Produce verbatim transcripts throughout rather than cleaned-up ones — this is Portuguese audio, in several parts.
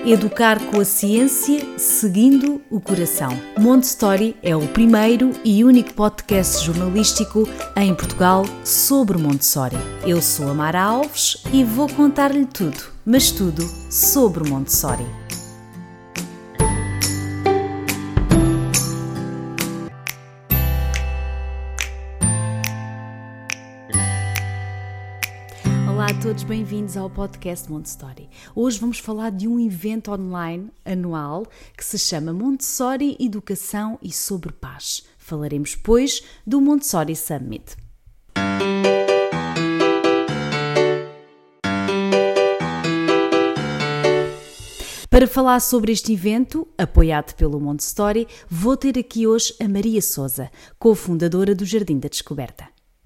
Educar com a ciência, seguindo o coração. Montessori é o primeiro e único podcast jornalístico em Portugal sobre Montessori. Eu sou a Mara Alves e vou contar-lhe tudo, mas tudo sobre Montessori. Olá a todos, bem-vindos ao podcast Montessori. Hoje vamos falar de um evento online anual que se chama Montessori Educação e sobre Paz. Falaremos, pois, do Montessori Summit. Para falar sobre este evento, apoiado pelo Montessori, vou ter aqui hoje a Maria Sousa, cofundadora do Jardim da Descoberta.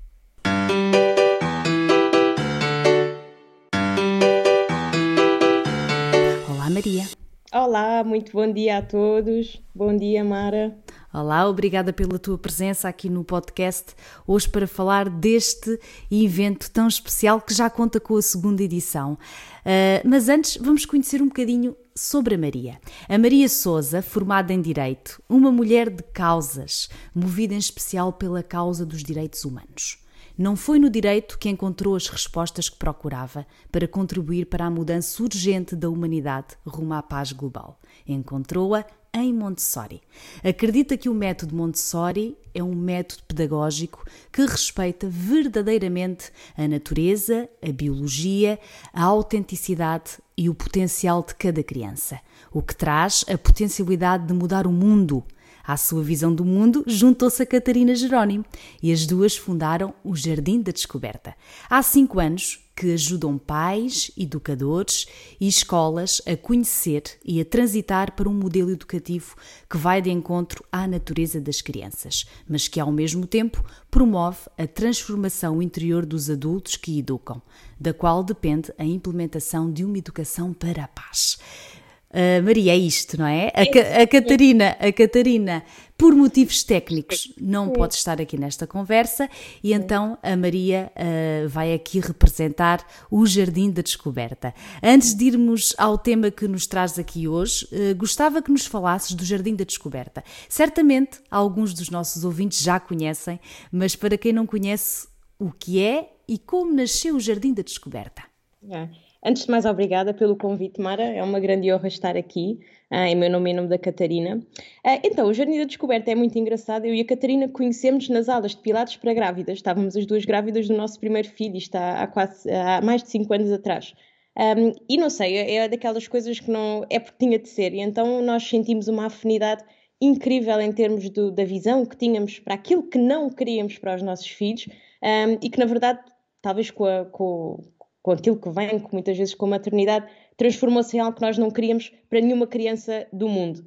Maria. Olá, muito bom dia a todos. Bom dia, Mara. Olá, obrigada pela tua presença aqui no podcast, hoje para falar deste evento tão especial que já conta com a segunda edição. Uh, mas antes vamos conhecer um bocadinho sobre a Maria. A Maria Sousa, formada em Direito, uma mulher de causas, movida em especial pela causa dos direitos humanos. Não foi no direito que encontrou as respostas que procurava para contribuir para a mudança urgente da humanidade rumo à paz global. Encontrou-a em Montessori. Acredita que o método Montessori é um método pedagógico que respeita verdadeiramente a natureza, a biologia, a autenticidade e o potencial de cada criança, o que traz a potencialidade de mudar o mundo. À sua visão do mundo, juntou-se a Catarina Jerónimo e as duas fundaram o Jardim da Descoberta. Há cinco anos que ajudam pais, educadores e escolas a conhecer e a transitar para um modelo educativo que vai de encontro à natureza das crianças, mas que ao mesmo tempo promove a transformação interior dos adultos que educam, da qual depende a implementação de uma educação para a paz. Uh, Maria, é isto, não é? A, a, Catarina, a Catarina, por motivos técnicos, não pode estar aqui nesta conversa e então a Maria uh, vai aqui representar o Jardim da Descoberta. Antes de irmos ao tema que nos traz aqui hoje, uh, gostava que nos falasses do Jardim da Descoberta. Certamente alguns dos nossos ouvintes já conhecem, mas para quem não conhece, o que é e como nasceu o Jardim da Descoberta? É. Antes de mais, obrigada pelo convite, Mara. É uma grande honra estar aqui, uh, em meu nome e em nome da Catarina. Uh, então, o Jardim da Descoberta é muito engraçado. Eu e a Catarina conhecemos nas aulas de Pilates para grávidas. Estávamos as duas grávidas do nosso primeiro filho, isto há, há, quase, há mais de cinco anos atrás. Um, e não sei, é daquelas coisas que não é porque tinha de ser. E então nós sentimos uma afinidade incrível em termos do, da visão que tínhamos para aquilo que não queríamos para os nossos filhos, um, e que, na verdade, talvez com a... Com, com aquilo que vem, que muitas vezes com a maternidade, transformou-se em algo que nós não queríamos para nenhuma criança do mundo.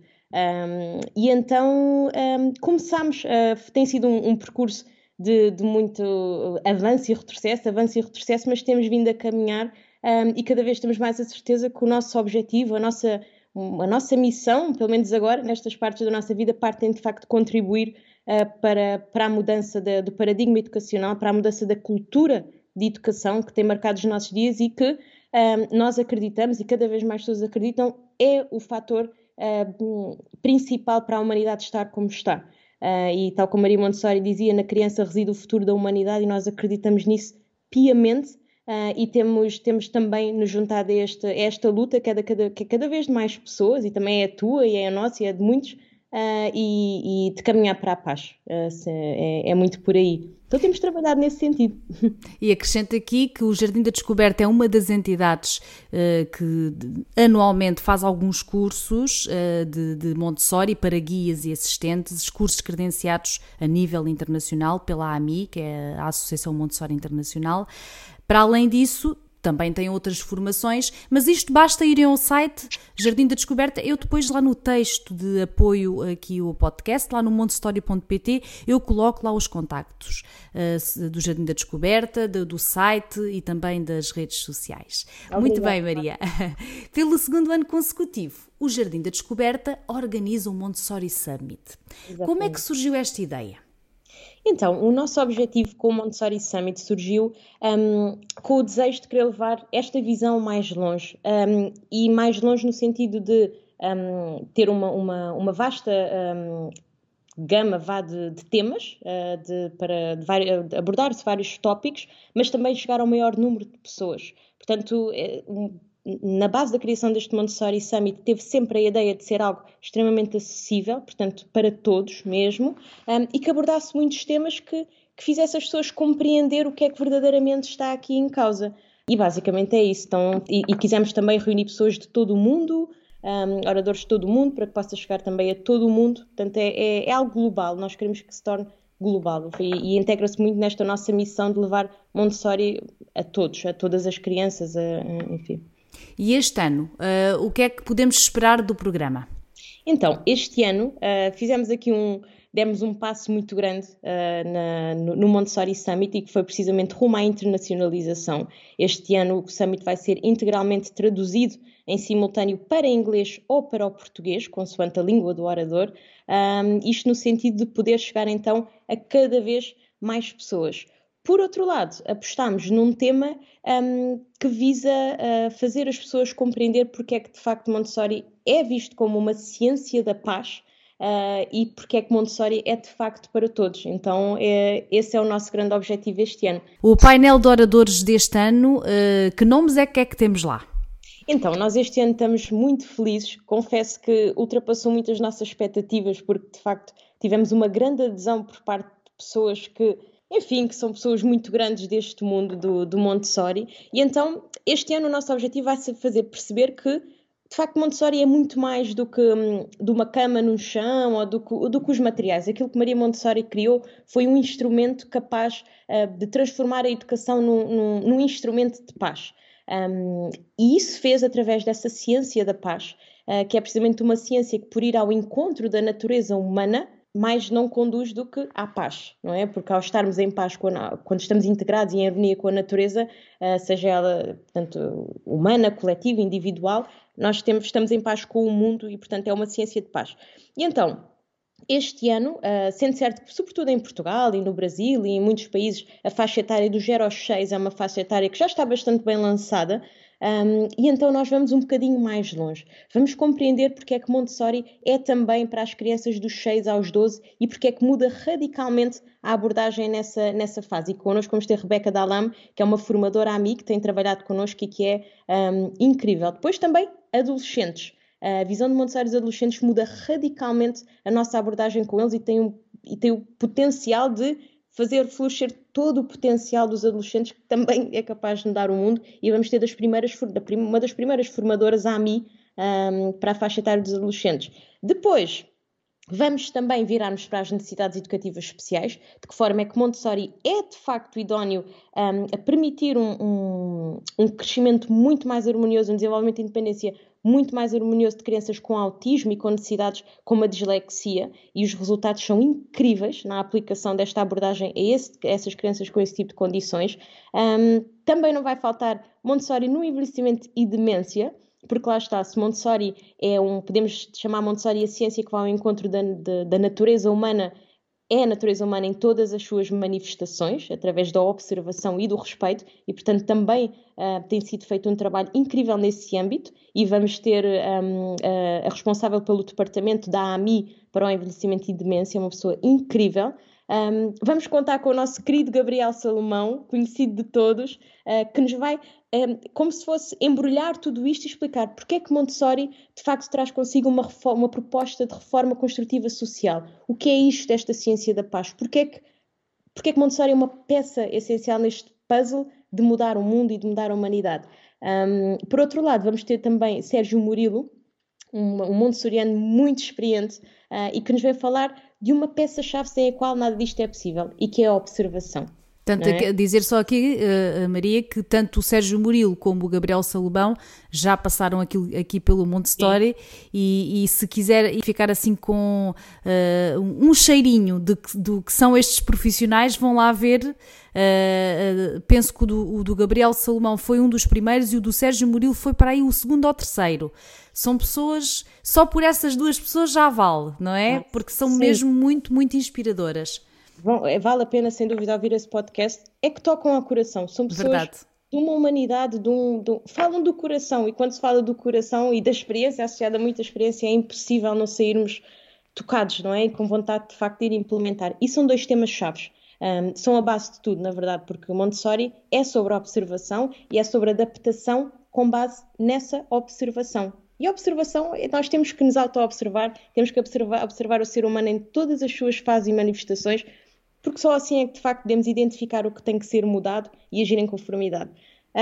Um, e então um, começámos, uh, tem sido um, um percurso de, de muito avanço e retrocesso, avanço e retrocesso, mas temos vindo a caminhar um, e cada vez temos mais a certeza que o nosso objetivo, a nossa, a nossa missão, pelo menos agora, nestas partes da nossa vida, partem de facto de contribuir uh, para, para a mudança da, do paradigma educacional, para a mudança da cultura de educação que tem marcado os nossos dias e que um, nós acreditamos, e cada vez mais pessoas acreditam, é o fator uh, principal para a humanidade estar como está. Uh, e tal como Maria Montessori dizia, na criança reside o futuro da humanidade e nós acreditamos nisso piamente, uh, e temos, temos também nos juntado a esta, a esta luta que é, de cada, que é cada vez de mais pessoas, e também é a tua, e é a nossa, e é de muitos, uh, e, e de caminhar para a paz. Uh, é, é muito por aí. Então temos trabalhado nesse sentido. E acrescento aqui que o Jardim da Descoberta é uma das entidades uh, que de, anualmente faz alguns cursos uh, de, de Montessori para guias e assistentes, cursos credenciados a nível internacional pela A M I, que é a Associação Montessori Internacional. Para além disso, também tem outras formações, mas isto basta irem ao site Jardim da Descoberta. Eu depois lá no texto de apoio aqui ao podcast, lá no montessori ponto pt, eu coloco lá os contactos uh, do Jardim da Descoberta, do, do site e também das redes sociais. Obrigada. Muito bem, Maria. Pelo segundo ano consecutivo, o Jardim da Descoberta organiza o Montessori Summit. Exatamente. Como é que surgiu esta ideia? Então, o nosso objetivo com o Montessori Summit surgiu um, com o desejo de querer levar esta visão mais longe, um, e mais longe no sentido de um, ter uma, uma, uma vasta um, gama vá, de, de temas, uh, de, para de abordar-se vários tópicos, mas também chegar ao maior número de pessoas. Portanto, é, um, na base da criação deste Montessori Summit teve sempre a ideia de ser algo extremamente acessível, portanto, para todos mesmo, um, e que abordasse muitos temas que, que fizesse as pessoas compreender o que é que verdadeiramente está aqui em causa. E basicamente é isso. Então, e, e quisemos também reunir pessoas de todo o mundo, um, oradores de todo o mundo, para que possa chegar também a todo o mundo. Portanto, é, é, é algo global. Nós queremos que se torne global e, e integra-se muito nesta nossa missão de levar Montessori a todos, a todas as crianças, a, a, enfim. E este ano, uh, o que é que podemos esperar do programa? Então, este ano uh, fizemos aqui um, demos um passo muito grande uh, na, no, no Montessori Summit, e que foi precisamente rumo à internacionalização. Este ano o Summit vai ser integralmente traduzido em simultâneo para inglês ou para o português, consoante a língua do orador, um, isto no sentido de poder chegar então a cada vez mais pessoas. Por outro lado, apostámos num tema um, que visa uh, fazer as pessoas compreender porque é que de facto Montessori é visto como uma ciência da paz, uh, e porque é que Montessori é de facto para todos. Então é, esse é o nosso grande objetivo este ano. O painel de oradores deste ano, uh, que nomes é que é que temos lá? Então, nós este ano estamos muito felizes, confesso que ultrapassou muitas as nossas expectativas, porque de facto tivemos uma grande adesão por parte de pessoas que, enfim, que são pessoas muito grandes deste mundo do, do Montessori, e então este ano o nosso objetivo vai ser fazer perceber que de facto Montessori é muito mais do que um, de uma cama no chão ou do que, do que os materiais. Aquilo que Maria Montessori criou foi um instrumento capaz uh, de transformar a educação num, num, num instrumento de paz. Um, e isso fez através dessa ciência da paz, uh, que é precisamente uma ciência que, por ir ao encontro da natureza humana, mais não conduz do que à paz, não é? Porque ao estarmos em paz, com a, quando estamos integrados e em harmonia com a natureza, uh, seja ela, portanto, humana, coletiva, individual, nós temos, estamos em paz com o mundo e, portanto, é uma ciência de paz. E então, este ano, uh, sendo certo que, sobretudo em Portugal e no Brasil e em muitos países, a faixa etária dos zero aos seis é uma faixa etária que já está bastante bem lançada, um, e então nós vamos um bocadinho mais longe. Vamos compreender porque é que Montessori é também para as crianças dos seis aos doze e porque é que muda radicalmente a abordagem nessa, nessa fase. E connosco vamos ter Rebeca Dallam, que é uma formadora amiga, que tem trabalhado connosco e que é um, incrível. Depois também adolescentes. A visão de Montessori dos adolescentes muda radicalmente a nossa abordagem com eles e tem, um, e tem o potencial de fazer florescer todo o potencial dos adolescentes, que também é capaz de mudar o mundo, e vamos ter das primeiras, uma das primeiras formadoras A M I um, para a faixa etária dos adolescentes. Depois, vamos também virar-nos para as necessidades educativas especiais, de que forma é que Montessori é de facto idóneo um, a permitir um, um, um crescimento muito mais harmonioso, um desenvolvimento de independência muito mais harmonioso de crianças com autismo e com necessidades como a dislexia, e os resultados são incríveis na aplicação desta abordagem a, esse, a essas crianças com esse tipo de condições. Um, também não vai faltar Montessori no envelhecimento e demência, porque lá está, se Montessori é um, podemos chamar Montessori a ciência que vai ao encontro da, da, da natureza humana, é a natureza humana em todas as suas manifestações, através da observação e do respeito, e portanto também uh, tem sido feito um trabalho incrível nesse âmbito, e vamos ter um, a, a responsável pelo departamento da A M I para o envelhecimento e demência, uma pessoa incrível. Um, vamos contar com o nosso querido Gabriel Salomão, conhecido de todos, uh, que nos vai, um, como se fosse, embrulhar tudo isto e explicar porque é que Montessori, de facto, traz consigo uma, reforma, uma proposta de reforma construtiva social. O que é isto desta ciência da paz? Porque é que, porque é que Montessori é uma peça essencial neste puzzle de mudar o mundo e de mudar a humanidade? Um, por outro lado, vamos ter também Sérgio Murilo, um, um montessoriano muito experiente, uh, e que nos vai falar de uma peça-chave sem a qual nada disto é possível, e que é a observação. Tanto é? Dizer só aqui, uh, Maria, que tanto o Sérgio Murilo como o Gabriel Salomão já passaram aqui, aqui pelo Montessori, e, e se quiser ficar assim com uh, um cheirinho de, do que são estes profissionais, vão lá ver. Uh, uh, penso que o do, o do Gabriel Salomão foi um dos primeiros e o do Sérgio Murilo foi para aí o segundo ou terceiro. São pessoas, só por essas duas pessoas já vale, não é? Porque são Sim. mesmo muito, muito inspiradoras. vão, é, vale a pena sem dúvida ouvir esse podcast, é que tocam ao coração, são pessoas Verdade. de uma humanidade, de um, de um- falam do coração, e quando se fala do coração e da experiência, associada a muita experiência, é impossível não sairmos tocados, não é? E com vontade de facto de ir implementar. E são dois temas chaves. Um, são a base de tudo, na verdade, porque o Montessori é sobre a observação e é sobre a adaptação com base nessa observação. E a observação, nós temos que nos auto-observar, temos que observar, observar o ser humano em todas as suas fases e manifestações, porque só assim é que de facto podemos identificar o que tem que ser mudado e agir em conformidade.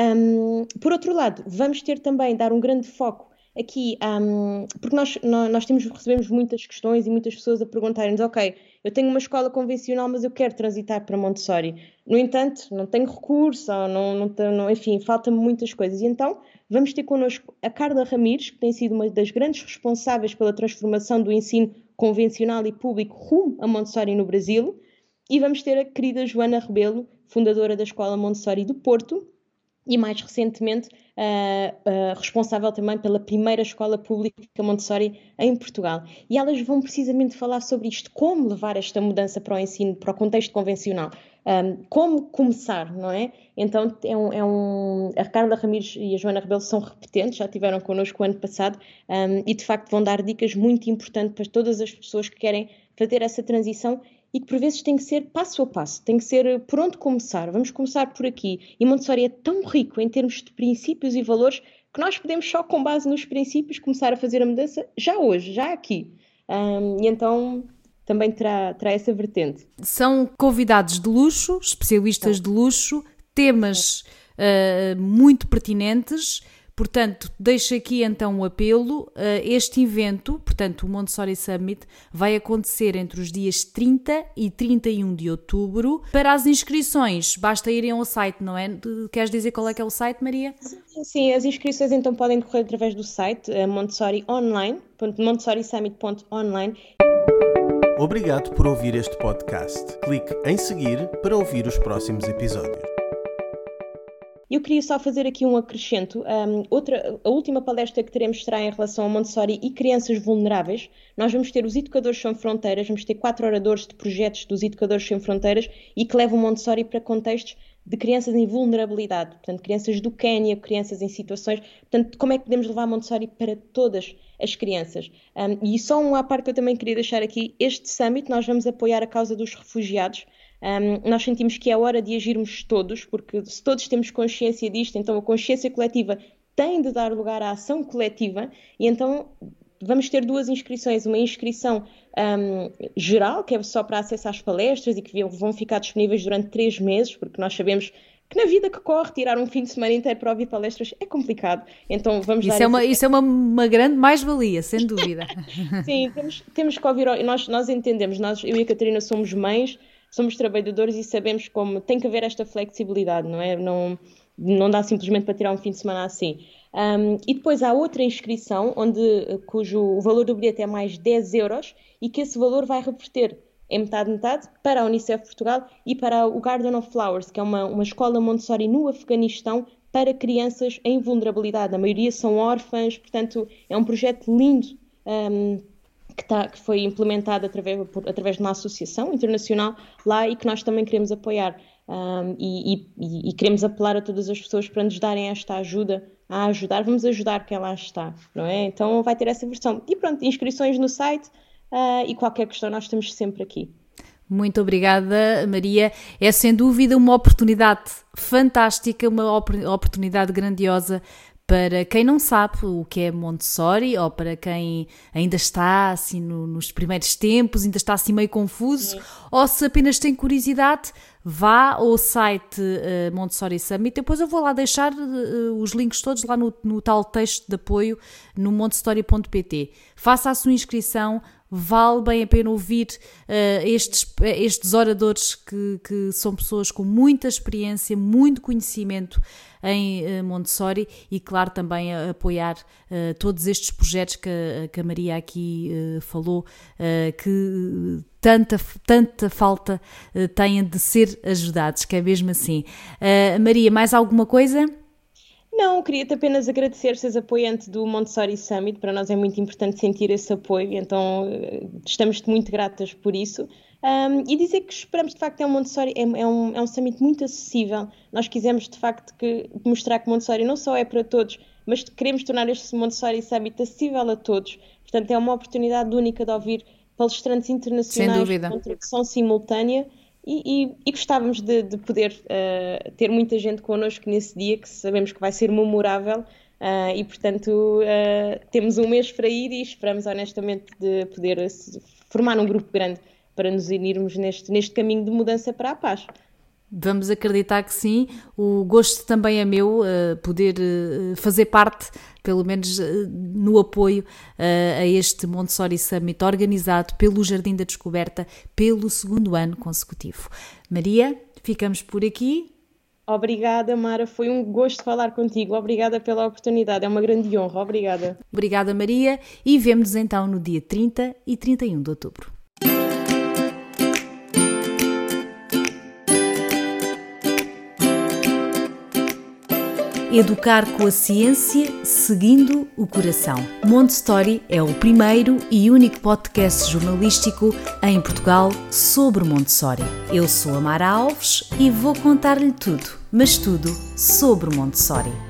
Um, por outro lado, vamos ter também, dar um grande foco aqui, um, porque nós, nós, nós temos, recebemos muitas questões e muitas pessoas a perguntarem-nos, ok, eu tenho uma escola convencional, mas eu quero transitar para Montessori. No entanto, não tenho recurso, ou não, não, não, enfim, faltam-me muitas coisas. E então, vamos ter connosco a Carla Ramires, que tem sido uma das grandes responsáveis pela transformação do ensino convencional e público rumo a Montessori no Brasil. E vamos ter a querida Joana Rebelo, fundadora da Escola Montessori do Porto, e mais recentemente uh, uh, responsável também pela primeira escola pública Montessori em Portugal. E elas vão precisamente falar sobre isto, como levar esta mudança para o ensino, para o contexto convencional, um, como começar, não é? Então é um, é um, a Carla Ramires e a Joana Rebelo são repetentes, já estiveram connosco o ano passado, um, e de facto vão dar dicas muito importantes para todas as pessoas que querem fazer essa transição e que por vezes tem que ser passo a passo, tem que ser por onde começar, vamos começar por aqui. E Montessori é tão rico em termos de princípios e valores que nós podemos só com base nos princípios começar a fazer a mudança já hoje, já aqui. Um, e então também terá, terá essa vertente. São convidados de luxo, especialistas de luxo, temas uh, muito pertinentes. Portanto, deixo aqui então o apelo. Este evento, portanto, o Montessori Summit, vai acontecer entre os dias trinta e trinta e um de outubro. Para as inscrições, basta irem ao site, não é? Queres dizer qual é que é o site, Maria? Sim, sim, as inscrições então podem decorrer através do site Montessori Online, montessori summit ponto online. Obrigado por ouvir este podcast. Clique em seguir para ouvir os próximos episódios. Eu queria só fazer aqui um acrescento. Um, outra, a última palestra que teremos será em relação a Montessori e crianças vulneráveis. Nós vamos ter os Educadores Sem Fronteiras, vamos ter quatro oradores de projetos dos Educadores Sem Fronteiras e que levam Montessori para contextos de crianças em vulnerabilidade. Portanto, crianças do Quénia, crianças em situações... Portanto, como é que podemos levar Montessori para todas as crianças? Um, e só uma parte que eu também queria deixar aqui. Este Summit nós vamos apoiar a causa dos refugiados. Um, nós sentimos que é hora de agirmos todos, porque se todos temos consciência disto, então a consciência coletiva tem de dar lugar à ação coletiva, e então vamos ter duas inscrições, uma inscrição um, geral, que é só para acesso às palestras e que vão ficar disponíveis durante três meses, porque nós sabemos que na vida que corre, tirar um fim de semana inteiro para ouvir palestras é complicado. Então vamos isso dar é uma, esse... Isso é uma, uma grande mais-valia, sem dúvida. Sim, temos, temos que ouvir, nós, nós entendemos, nós, eu e a Catarina somos mães, somos trabalhadores e sabemos como tem que haver esta flexibilidade, não é? Não, não dá simplesmente para tirar um fim de semana assim. Um, e depois há outra inscrição, onde, cujo o valor do bilhete é mais dez euros e que esse valor vai reverter em metade-metade para a Unicef Portugal e para o Garden of Flowers, que é uma, uma escola Montessori no Afeganistão para crianças em vulnerabilidade. A maioria são órfãs, portanto é um projeto lindo, um, Que, tá, que foi implementado através, por, através de uma associação internacional lá e que nós também queremos apoiar um, e, e, e queremos apelar a todas as pessoas para nos darem esta ajuda, a ajudar, vamos ajudar quem lá está, não é? Então vai ter essa versão. E pronto, inscrições no site uh, e qualquer questão nós estamos sempre aqui. Muito obrigada, Maria. É sem dúvida uma oportunidade fantástica, uma oportunidade grandiosa para quem não sabe o que é Montessori ou para quem ainda está assim no, nos primeiros tempos, ainda está assim meio confuso, Sim. ou se apenas tem curiosidade, vá ao site uh, Montessori Summit. Depois eu vou lá deixar uh, os links todos lá no, no tal texto de apoio no montessori ponto pt. Faça a sua inscrição. Vale bem a pena ouvir uh, estes, estes oradores que, que são pessoas com muita experiência, muito conhecimento em uh, Montessori e, claro, também a apoiar uh, todos estes projetos que, que a Maria aqui uh, falou, uh, que tanta, tanta falta uh, têm de ser ajudados, que é mesmo assim. Uh, Maria, mais alguma coisa? Não, queria-te apenas agradecer seres apoiante do Montessori Summit, para nós é muito importante sentir esse apoio, então estamos muito gratas por isso Um, e dizer que esperamos, de facto, é um Montessori, é, é, um, é um summit muito acessível. Nós quisemos, de facto, que, mostrar que Montessori não só é para todos, mas queremos tornar este Montessori Summit acessível a todos. Portanto, é uma oportunidade única de ouvir palestrantes internacionais com tradução simultânea e, e, e gostávamos de, de poder uh, ter muita gente connosco nesse dia, que sabemos que vai ser memorável. Uh, e, portanto, uh, temos um mês para ir e esperamos, honestamente, de poder formar um grupo grande para nos unirmos neste, neste caminho de mudança para a paz. Vamos acreditar que sim. O gosto também é meu uh, poder uh, fazer parte, pelo menos uh, no apoio uh, a este Montessori Summit organizado pelo Jardim da Descoberta pelo segundo ano consecutivo. Maria, ficamos por aqui. Obrigada, Mara. Foi um gosto falar contigo. Obrigada pela oportunidade. É uma grande honra. Obrigada. Obrigada, Maria. E vemo-nos então no dia trinta e trinta e um de outubro. Educar com a ciência, seguindo o coração. Montessori é o primeiro e único podcast jornalístico em Portugal sobre Montessori. Eu sou a Mara Alves e vou contar-lhe tudo, mas tudo sobre Montessori.